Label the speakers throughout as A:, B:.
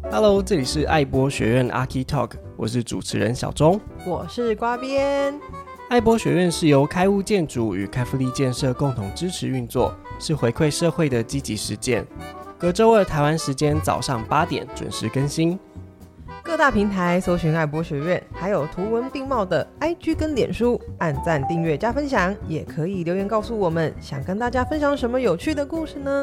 A: Hello， 这里是爱播学院 Archi Talk， 我是主持人小钟，
B: 我是瓜边。
A: 爱播学院是由开物建筑与开福利建设共同支持运作，是回馈社会的积极实践。隔周二台湾时间早上8点准时更新。
B: 各大平台搜寻爱播学院，还有图文并茂的 IG 跟脸书，按赞、订阅、加分享，也可以留言告诉我们，想跟大家分享什么有趣的故事呢？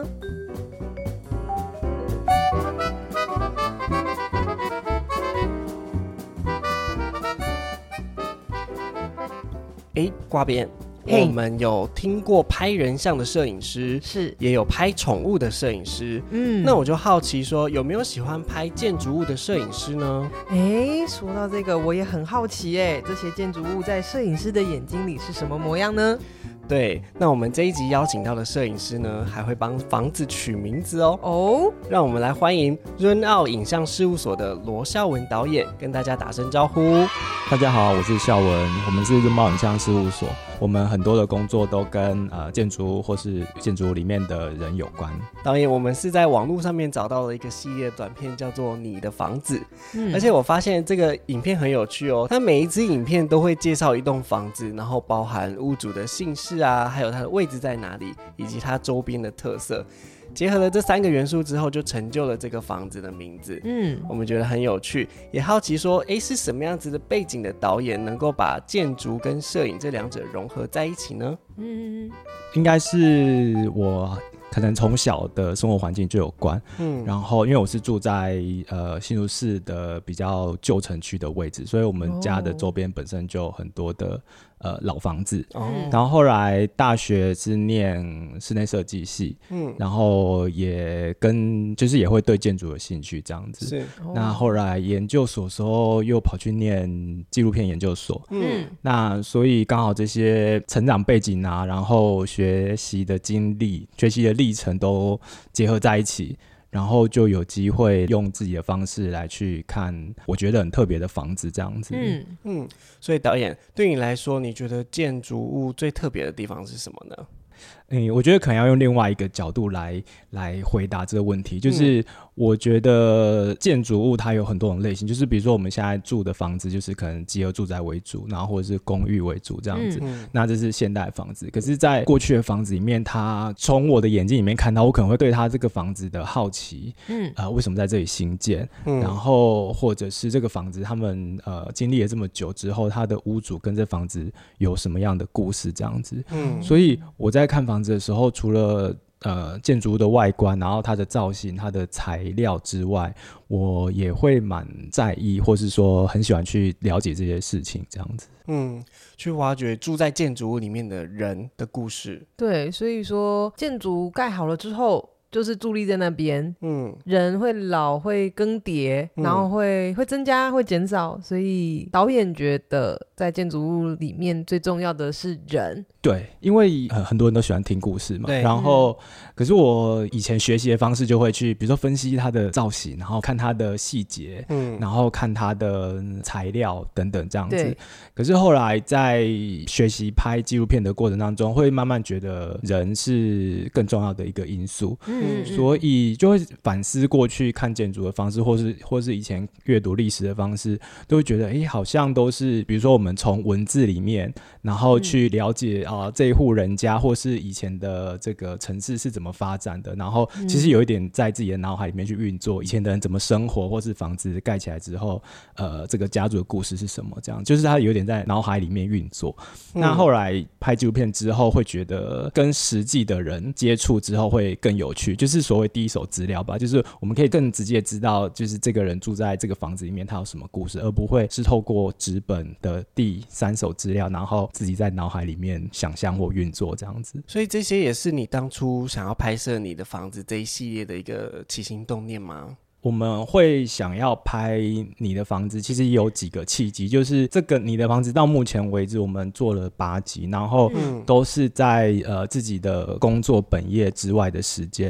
A: 瓜边，我们有听过拍人像的摄影师，
B: 是
A: 也有拍宠物的摄影师。那我就好奇说，有没有喜欢拍建筑物的摄影师呢？
B: 说到这个，我也很好奇这些建筑物在摄影师的眼睛里是什么模样呢？
A: 对，那我们这一集邀请到的摄影师呢，还会帮房子取名字哦。让我们来欢迎润奥影像事务所的罗孝文导演，跟大家打声招呼。
C: 大家好，我是孝文，我们是润奥影像事务所，我们很多的工作都跟建筑物或是建筑物里面的人有关。
A: 导演，我们是在网络上面找到了一个系列短片，叫做《你的房子》，而且我发现这个影片很有趣哦，它每一支影片都会介绍一栋房子，然后包含屋主的姓氏啊，还有它的位置在哪里，以及它周边的特色。结合了这3个元素之后，就成就了这个房子的名字。我们觉得很有趣，也好奇说，是什么样子的背景的导演能够把建筑跟摄影这两者融合在一起呢？
C: 应该是我可能从小的生活环境就有关，然后因为我是住在新竹市的比较旧城区的位置，所以我们家的周边本身就有很多的老房子，然后后来大学是念室内设计系，然后也就是也会对建筑有兴趣这样子。那后来研究所的时候又跑去念纪录片研究所，那所以刚好这些成长背景啊，然后学习的经历、学习的历程都结合在一起。然后就有机会用自己的方式来去看我觉得很特别的房子这样子。
A: 所以导演，对你来说，你觉得建筑物最特别的地方是什么呢？
C: 我觉得可能要用另外一个角度来回答这个问题，就是我觉得建筑物它有很多种类型，就是比如说我们现在住的房子就是可能集合住宅为主，然后或者是公寓为主这样子，那这是现代房子。可是在过去的房子里面，它从我的眼睛里面看到，我可能会对它这个房子的好奇，为什么在这里兴建，然后或者是这个房子他们经历了这么久之后，它的屋主跟这房子有什么样的故事这样子。所以我在看房子的时候，除了建筑物的外观，然后它的造型、它的材料之外，我也会蛮在意，或是说很喜欢去了解这些事情这样子。
A: 去挖掘住在建筑物里面的人的故事。
B: 对，所以说建筑盖好了之后就是伫立在那边，人会老会更迭，然后会增加会减少，所以导演觉得在建筑物里面最重要的是人。
C: 对，因为很多人都喜欢听故事嘛，然后可是我以前学习的方式就会去比如说分析它的造型，然后看它的细节，然后看它的材料等等这样子。可是后来在学习拍纪录片的过程当中，会慢慢觉得人是更重要的一个因素，所以就会反思过去看建筑的方式，或是以前阅读历史的方式，都会觉得好像都是比如说我们从文字里面，然后去了解这一户人家或是以前的这个城市是怎么发展的，然后其实有一点在自己的脑海里面去运作以前的人怎么生活，或是房子盖起来之后这个家族的故事是什么，这样就是他有点在脑海里面运作。那后来拍纪录片之后会觉得跟实际的人接触之后会更有趣，就是所谓第一手资料吧，就是我们可以更直接知道就是这个人住在这个房子里面他有什么故事，而不会是透过纸本的第3手资料，然后自己在脑海里面想象或运作这样子。
A: 所以这些也是你当初想要拍摄你的房子这一系列的一个起心动念吗？
C: 我们会想要拍你的房子，其实有几个契机，就是这个你的房子到目前为止我们做了8集，然后都是在自己的工作本业之外的时间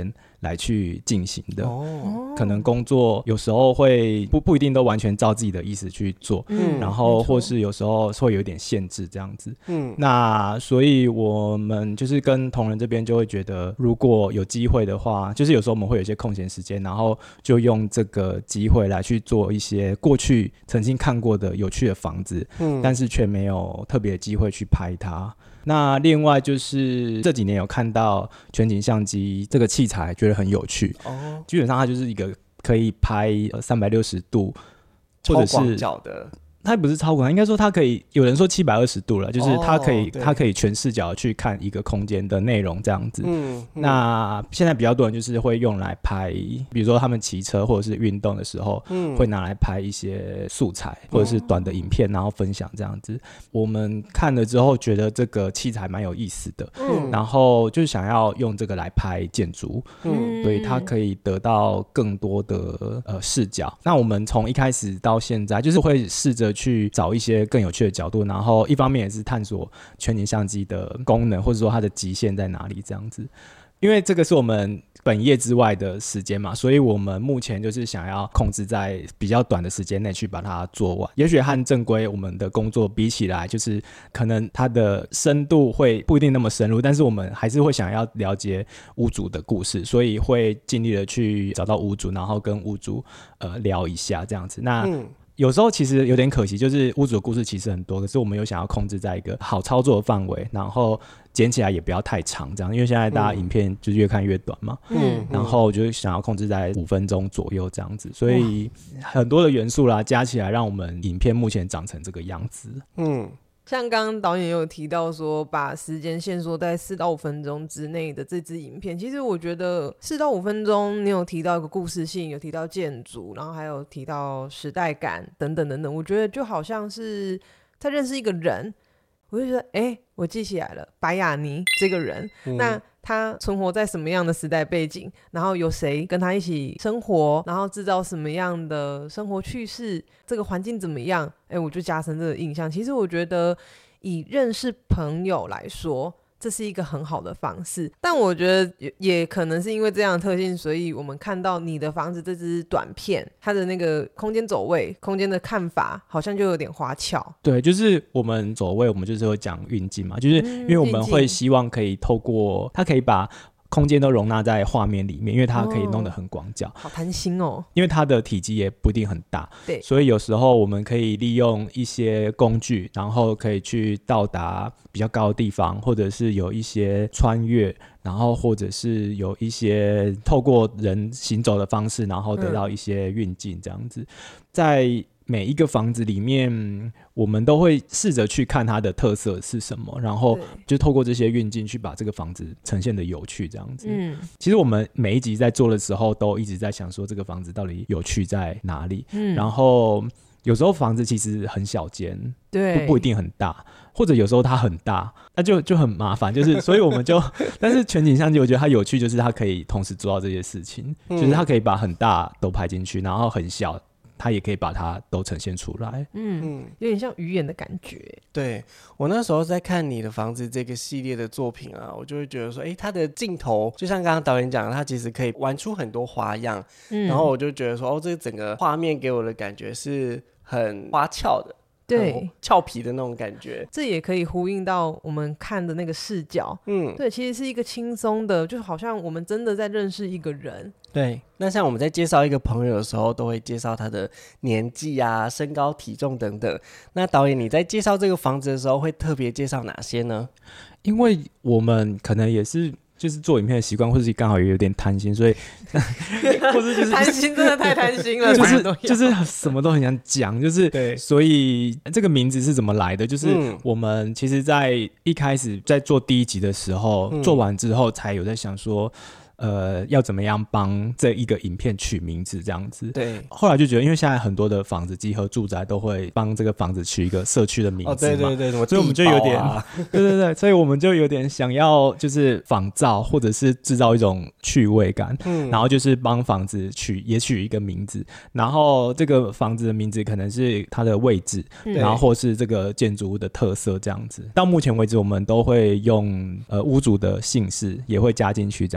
C: 来去进行的。可能工作有时候会不一定都完全照自己的意思去做，然后或是有时候会有点限制这样子。那所以我们就是跟同仁这边就会觉得，如果有机会的话，就是有时候我们会有一些空闲时间，然后就用这个机会来去做一些过去曾经看过的有趣的房子，但是却没有特别的机会去拍它。那另外就是这几年有看到全景相机这个器材，觉得很有趣。基本上它就是一个可以拍360度，或者是
A: 超广角的。
C: 它不是超广，应该说它可以，有人说720度了，就是它可以全视角去看一个空间的内容这样子。那现在比较多人就是会用来拍，比如说他们骑车或者是运动的时候，会拿来拍一些素材或者是短的影片，然后分享这样子。我们看了之后觉得这个器材蛮有意思的，然后就是想要用这个来拍建筑，所以它可以得到更多的视角。那我们从一开始到现在，就是会试着去找一些更有趣的角度，然后一方面也是探索全景相机的功能，或者说它的极限在哪里这样子。因为这个是我们本业之外的时间嘛，所以我们目前就是想要控制在比较短的时间内去把它做完。也许和正规我们的工作比起来，就是可能它的深度会不一定那么深入，但是我们还是会想要了解屋主的故事，所以会尽力的去找到屋主，然后跟屋主聊一下这样子。那有时候其实有点可惜，就是屋主的故事其实很多，可是我们有想要控制在一个好操作的范围，然后剪起来也不要太长这样，因为现在大家影片就是越看越短嘛，然后我就想要控制在5分钟左右这样子，所以很多的元素啦加起来让我们影片目前长成这个样子。
B: 像刚刚导演也有提到说把时间限缩在4到5分钟之内的这支影片，其实我觉得4到5分钟你有提到一个故事性，有提到建筑，然后还有提到时代感等等等等，我觉得就好像是在认识一个人，我就觉得我记起来了，白雅妮这个人，那他存活在什么样的时代背景，然后有谁跟他一起生活，然后制造什么样的生活趣事，这个环境怎么样，我就加深这个印象。其实我觉得以认识朋友来说，这是一个很好的方式，但我觉得 也可能是因为这样的特性，所以我们看到你的房子这支短片，它的那个空间走位、空间的看法好像就有点花俏。
C: 对，就是我们走位，我们就是会讲运镜嘛，就是因为我们会希望可以透过它可以把空间都容纳在画面里面，因为它可以弄得很广角，
B: 好贪心哦。
C: 因为它的体积也不一定很大，
B: 对，
C: 所以有时候我们可以利用一些工具，然后可以去到达比较高的地方，或者是有一些穿越，然后或者是有一些透过人行走的方式，然后得到一些运镜这样子。在每一个房子里面，我们都会试着去看它的特色是什么，然后就透过这些运镜去把这个房子呈现的有趣这样子。其实我们每一集在做的时候都一直在想说这个房子到底有趣在哪里，然后有时候房子其实很小间，对，不一定很大，或者有时候它很大，那就很麻烦，就是所以我们就但是全景相机我觉得它有趣，就是它可以同时做到这些事情，就是它可以把很大都拍进去，然后很小它也可以把它都呈现出来。
B: 有点像鱼眼的感觉。
A: 对，我那时候在看你的房子这个系列的作品啊，我就会觉得说它的镜头就像刚刚导演讲的，它其实可以玩出很多花样，然后我就觉得说这个整个画面给我的感觉是很花俏的，对，俏皮的那种感觉。
B: 这也可以呼应到我们看的那个视角，对，其实是一个轻松的，就好像我们真的在认识一个人。
A: 对，那像我们在介绍一个朋友的时候，都会介绍他的年纪啊、身高、体重等等。那导演你在介绍这个房子的时候，会特别介绍哪些呢？
C: 因为我们可能也是就是做影片的习惯，或是刚好也有点贪心，所以
B: 或者就是贪心，真的太贪心了，
C: 就是什么都很想讲，就是对，所以这个名字是怎么来的？就是我们其实在一开始在做第1集的时候，做完之后才有在想说要怎么样帮这一个影片取名字这样子。
A: 对，
C: 后来就觉得因为现在很多的房子集合住宅都会帮这个房子取一个社区的名字嘛，
A: 对，
C: 所以我们就有点对，所以我们就有点想要就是仿造或者是制造一种趣味感，然后就是帮房子取一个名字，然后这个房子的名字可能是它的位置，然后或是这个建筑物的特色这样子。到目前为止我们都会用屋主的姓氏也会加进去这样，但之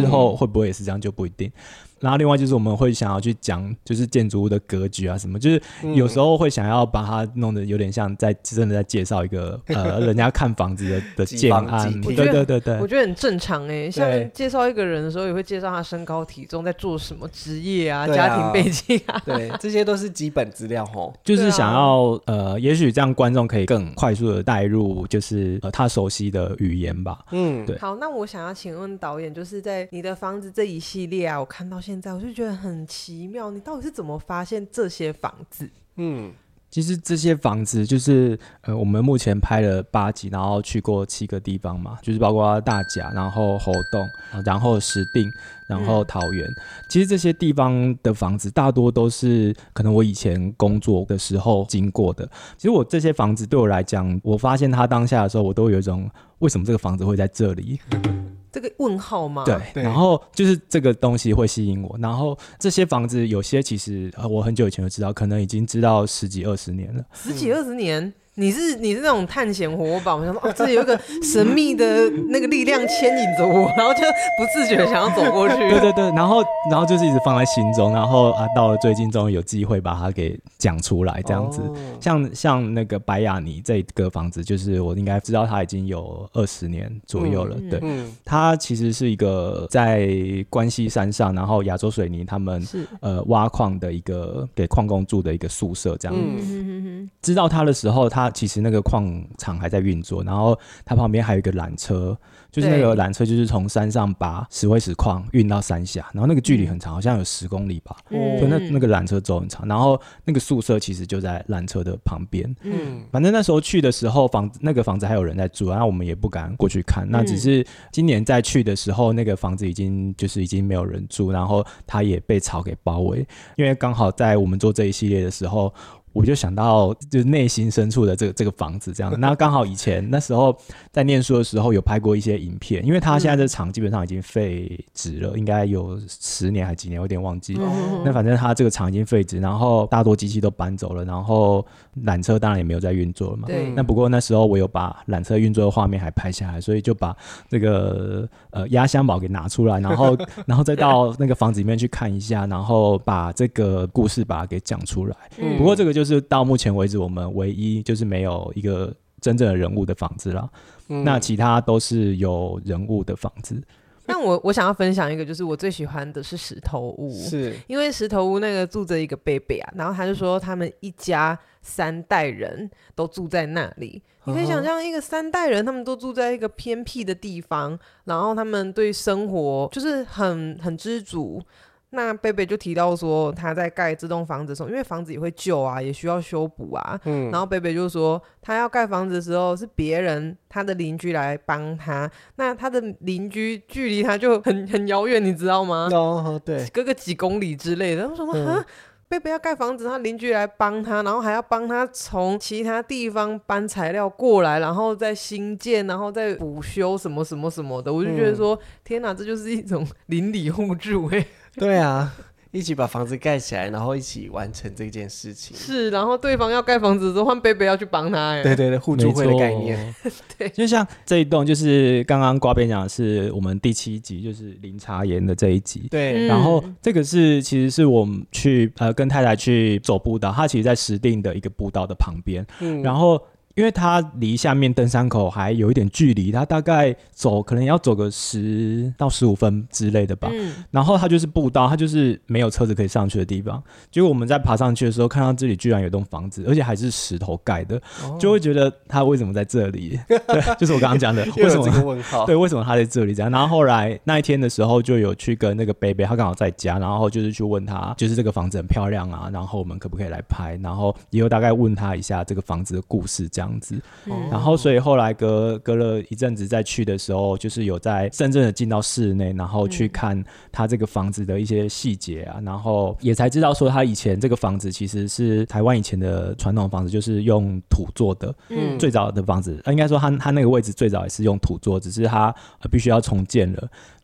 C: 后会不会也是这样就不一定。然后另外就是我们会想要去讲就是建筑物的格局啊什么，就是有时候会想要把它弄得有点像真的在介绍一个人家看房子的建案。对对对对，
B: 我觉得很正常像介绍一个人的时候也会介绍他身高体重在做什么职业啊，家庭背景啊，
A: 对，这些都是基本资料
C: 就是想要也许这样观众可以更快速的带入就是他熟悉的语言吧。对。
B: 好，那我想要请问导演，就是在你的房子这一系列啊，我看到现在我就觉得很奇妙，你到底是怎么发现这些房子？
C: 其实这些房子就是我们目前拍了8集，然后去过7个地方嘛，就是包括大甲，然后猴硐，然后石碇，然后桃园。其实这些地方的房子大多都是可能我以前工作的时候经过的。其实我这些房子对我来讲，我发现它当下的时候，我都有一种为什么这个房子会在这里？
B: 这个问号吗？
C: 对，然后就是这个东西会吸引我，然后这些房子有些其实我很久以前就知道，可能已经知道10几20年了。
B: 10几20年？你是那种探险活宝，我想说这有一个神秘的那个力量牵引着我，然后就不自觉想要走过去。
C: 对对对，然后就是一直放在心中，然后到了最近终于有机会把它给讲出来，这样子。像那个白雅尼这个房子，就是我应该知道它已经有20年左右了。对，它其实是一个在关西山上，然后亚洲水泥他们挖矿的一个给矿工住的一个宿舍这样。知道它的时候，它其实那个矿场还在运作，然后它旁边还有一个缆车，就是那个缆车就是从山上把石灰石矿运到山下，然后那个距离很长，好像有10公里吧，所以那个缆车走很长，然后那个宿舍其实就在缆车的旁边。反正那时候去的时候那个房子还有人在住，然后我们也不敢过去看，那只是今年再去的时候，那个房子已经没有人住，然后它也被草给包围，因为刚好在我们做这一系列的时候，我就想到就是内心深处的这个房子这样。那刚好以前那时候在念书的时候有拍过一些影片，因为他现在这厂基本上已经废止了，应该有10年还几年，我有点忘记。那反正他这个厂已经废止，然后大多机器都搬走了，然后缆车当然也没有在运作了嘛。那不过那时候我有把缆车运作的画面还拍下来，所以就把这个压箱宝给拿出来，然后再到那个房子里面去看一下，然后把这个故事把它给讲出来。不过这个就是到目前为止我们唯一就是没有一个真正的人物的房子啦。那其他都是有人物的房子。
B: 那我想要分享一个，就是我最喜欢的是石头屋，是因为石头屋那个住着一个贝贝啊，然后他就说他们一家3代人都住在那里。你可以想象一个3代人他们都住在一个偏僻的地方，然后他们对生活就是很知足。那贝贝就提到说他在盖这栋房子的时候，因为房子也会旧啊，也需要修补啊，然后贝贝就说他要盖房子的时候是别人他的邻居来帮他，那他的邻居距离他就很遥远，你知道吗？
A: 对，
B: 隔个几公里之类的。我说贝贝要盖房子，他邻居来帮他，然后还要帮他从其他地方搬材料过来，然后再新建，然后再补修什么什么什么的。我就觉得说天哪，这就是一种邻里互助
A: 对啊，一起把房子盖起来，然后一起完成这件事情。
B: 是，然后对方要盖房子的时候，换贝贝要去帮他。
A: 对对对，互助会的概念。
B: 对，
C: 就像这一栋，就是刚刚瓜边讲的是我们第7集，就是林茶岩的这一集。
A: 对，
C: 然后这个其实是我们去跟太太去走步道，它其实在石碇的一个步道的旁边。然后因为它离下面登山口还有一点距离，它大概可能要走个10到15分之类的吧。然后它就是步道，它就是没有车子可以上去的地方。结果我们在爬上去的时候，看到这里居然有栋房子，而且还是石头盖的，就会觉得它为什么在这里？对，就是我刚刚讲的，为什么
A: 这个问号？
C: 对，为什么它在这里这样？然后后来那一天的时候，就有去跟那个贝贝，他刚好在家，然后就是去问他，就是这个房子很漂亮啊，然后我们可不可以来拍？然后也有大概问他一下这个房子的故事这样。然后所以后来隔了一阵子再去的时候，就是有在真正的进到室内，然后去看他这个房子的一些细节啊，然后也才知道说他以前这个房子其实是台湾以前的传统房子，就是用土做的。最早的房子应该说他那个位置最早也是用土做，只是他必须要重建了。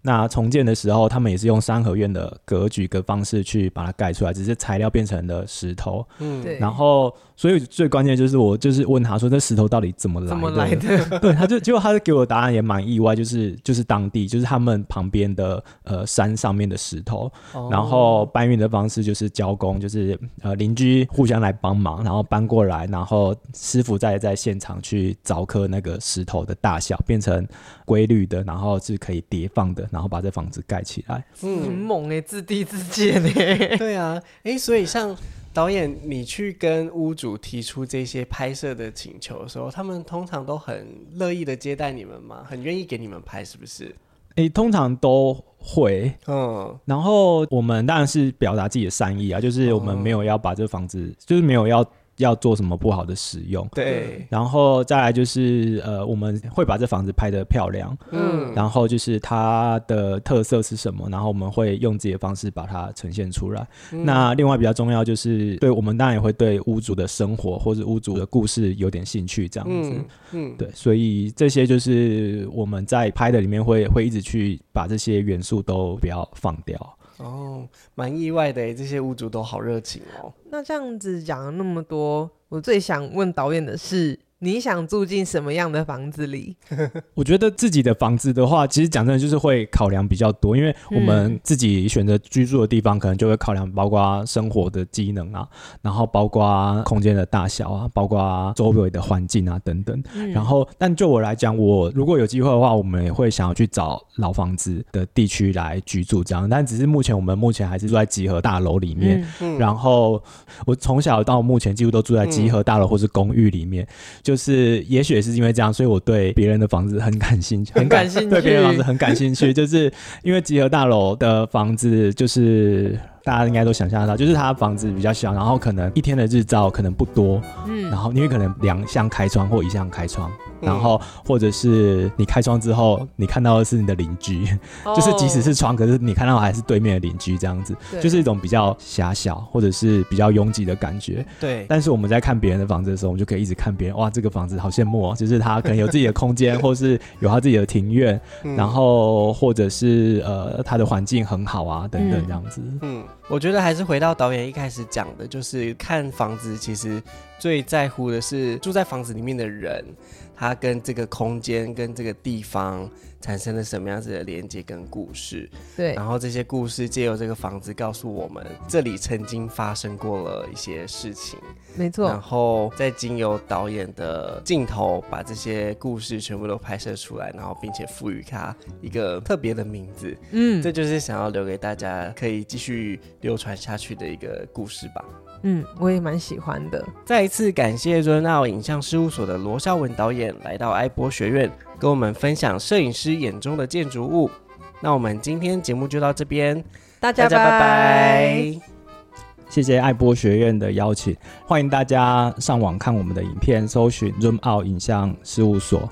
C: 那重建的时候他们也是用三合院的格局跟方式去把它盖出来，只是材料变成了石头。对。然后所以最关键就是我就是问他说这石头到底怎么来的对，结果他给我的答案也蛮意外，就是当地就是他们旁边的山上面的石头，然后搬运的方式就是交工，就是邻居互相来帮忙，然后搬过来，然后师傅再在现场去凿刻那个石头的大小变成规律的，然后是可以叠放的，然后把这房子盖起来。
B: 很猛耶，自地自建耶。
A: 对啊，所以像导演你去跟屋主提出这些拍摄的请求的时候，他们通常都很乐意的接待你们吗？很愿意给你们拍是不是？
C: 通常都会。然后我们当然是表达自己的善意啊，就是我们没有要把这房子，就是没有要做什么不好的使用。
A: 对。
C: 然后再来就是我们会把这房子拍得漂亮。然后就是它的特色是什么，然后我们会用自己的方式把它呈现出来。那另外比较重要就是对我们当然也会对屋主的生活或者屋主的故事有点兴趣这样子。对，所以这些就是我们在拍的里面会一直去把这些元素都不要放掉。
A: 蛮意外的耶，这些屋主都好热情哦。
B: 那这样子讲了那么多，我最想问导演的是，你想住进什么样的房子里？
C: 我觉得自己的房子的话，其实讲真的就是会考量比较多，因为我们自己选择居住的地方可能就会考量包括生活的机能啊，然后包括空间的大小啊，包括周围的环境啊等等。然后但就我来讲，我如果有机会的话，我们也会想要去找老房子的地区来居住这样，但只是我们目前还是住在集合大楼里面。然后我从小到目前几乎都住在集合大楼或是公寓里面，就是也许也是因为这样，所以我对别人的房子很感兴趣，对别人的房子很感兴趣，就是因为集合大楼的房子就是大家应该都想象得到，就是它房子比较小，然后可能一天的日照可能不多，然后因为可能2项开窗或1项开窗，然后或者是你开窗之后你看到的是你的邻居，就是即使是窗，可是你看到还是对面的邻居这样子，就是一种比较狭小或者是比较拥挤的感觉。
A: 对。
C: 但是我们在看别人的房子的时候，我们就可以一直看别人，哇，这个房子好羡慕哦，就是他可能有自己的空间，或是有他自己的庭院，然后或者是他的环境很好啊等等这样子。
A: 我觉得还是回到导演一开始讲的，就是看房子其实最在乎的是住在房子里面的人，他跟这个空间跟这个地方产生了什么样子的连接跟故事。
B: 对。
A: 然后这些故事借由这个房子告诉我们这里曾经发生过了一些事情。
B: 没错。
A: 然后再经由导演的镜头把这些故事全部都拍摄出来，然后并且赋予它一个特别的名字。这就是想要留给大家可以继续流传下去的一个故事吧。
B: 我也蛮喜欢的。
A: 再一次感谢润奥影像事务所的罗孝文导演来到爱博学院，跟我们分享摄影师眼中的建筑物。那我们今天节目就到这边，
B: 大家拜拜。
C: 谢谢爱博学院的邀请，欢迎大家上网看我们的影片，搜寻润奥影像事务所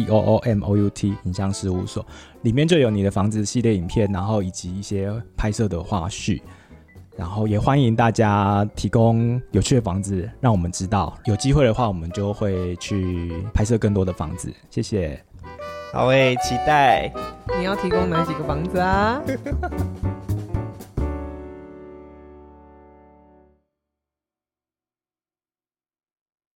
C: ZOOMOUT 影像事务所，里面就有你的房子系列影片，然后以及一些拍摄的花絮。然后也欢迎大家提供有趣的房子让我们知道，有机会的话我们就会去拍摄更多的房子。谢谢。
A: 好期待。
B: 你要提供哪几个房子啊？